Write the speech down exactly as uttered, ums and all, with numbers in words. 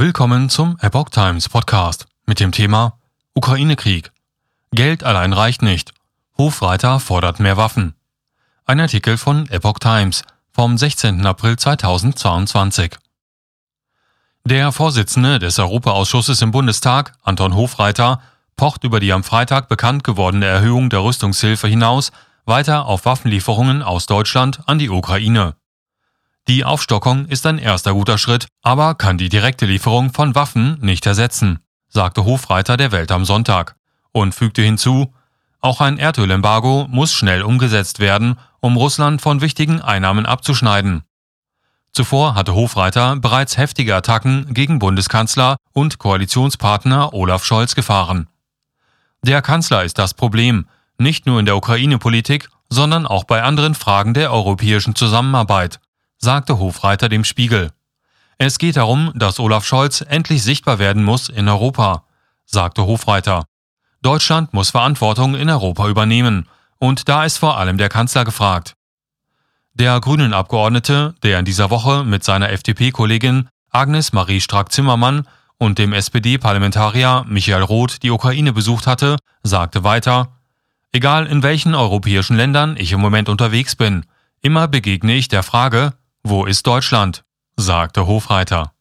Willkommen zum Epoch Times Podcast mit dem Thema Ukraine-Krieg. Geld allein reicht nicht. Hofreiter fordert mehr Waffen. Ein Artikel von Epoch Times vom sechzehnten April zweitausendzweiundzwanzig. Der Vorsitzende des Europaausschusses im Bundestag, Anton Hofreiter, pocht über die am Freitag bekannt gewordene Erhöhung der Rüstungshilfe hinaus weiter auf Waffenlieferungen aus Deutschland an die Ukraine. Die Aufstockung ist ein erster guter Schritt, aber kann die direkte Lieferung von Waffen nicht ersetzen, sagte Hofreiter der Welt am Sonntag und fügte hinzu, auch ein Erdölembargo muss schnell umgesetzt werden, um Russland von wichtigen Einnahmen abzuschneiden. Zuvor hatte Hofreiter bereits heftige Attacken gegen Bundeskanzler und Koalitionspartner Olaf Scholz gefahren. Der Kanzler ist das Problem, nicht nur in der Ukraine-Politik, sondern auch bei anderen Fragen der europäischen Zusammenarbeit, sagte Hofreiter dem Spiegel. Es geht darum, dass Olaf Scholz endlich sichtbar werden muss in Europa, sagte Hofreiter. Deutschland muss Verantwortung in Europa übernehmen, und da ist vor allem der Kanzler gefragt. Der Grünen-Abgeordnete, der in dieser Woche mit seiner F D P-Kollegin Agnes Marie Strack-Zimmermann und dem S P D-Parlamentarier Michael Roth die Ukraine besucht hatte, sagte weiter, egal in welchen europäischen Ländern ich im Moment unterwegs bin, immer begegne ich der Frage, wo ist Deutschland? Sagte Hofreiter.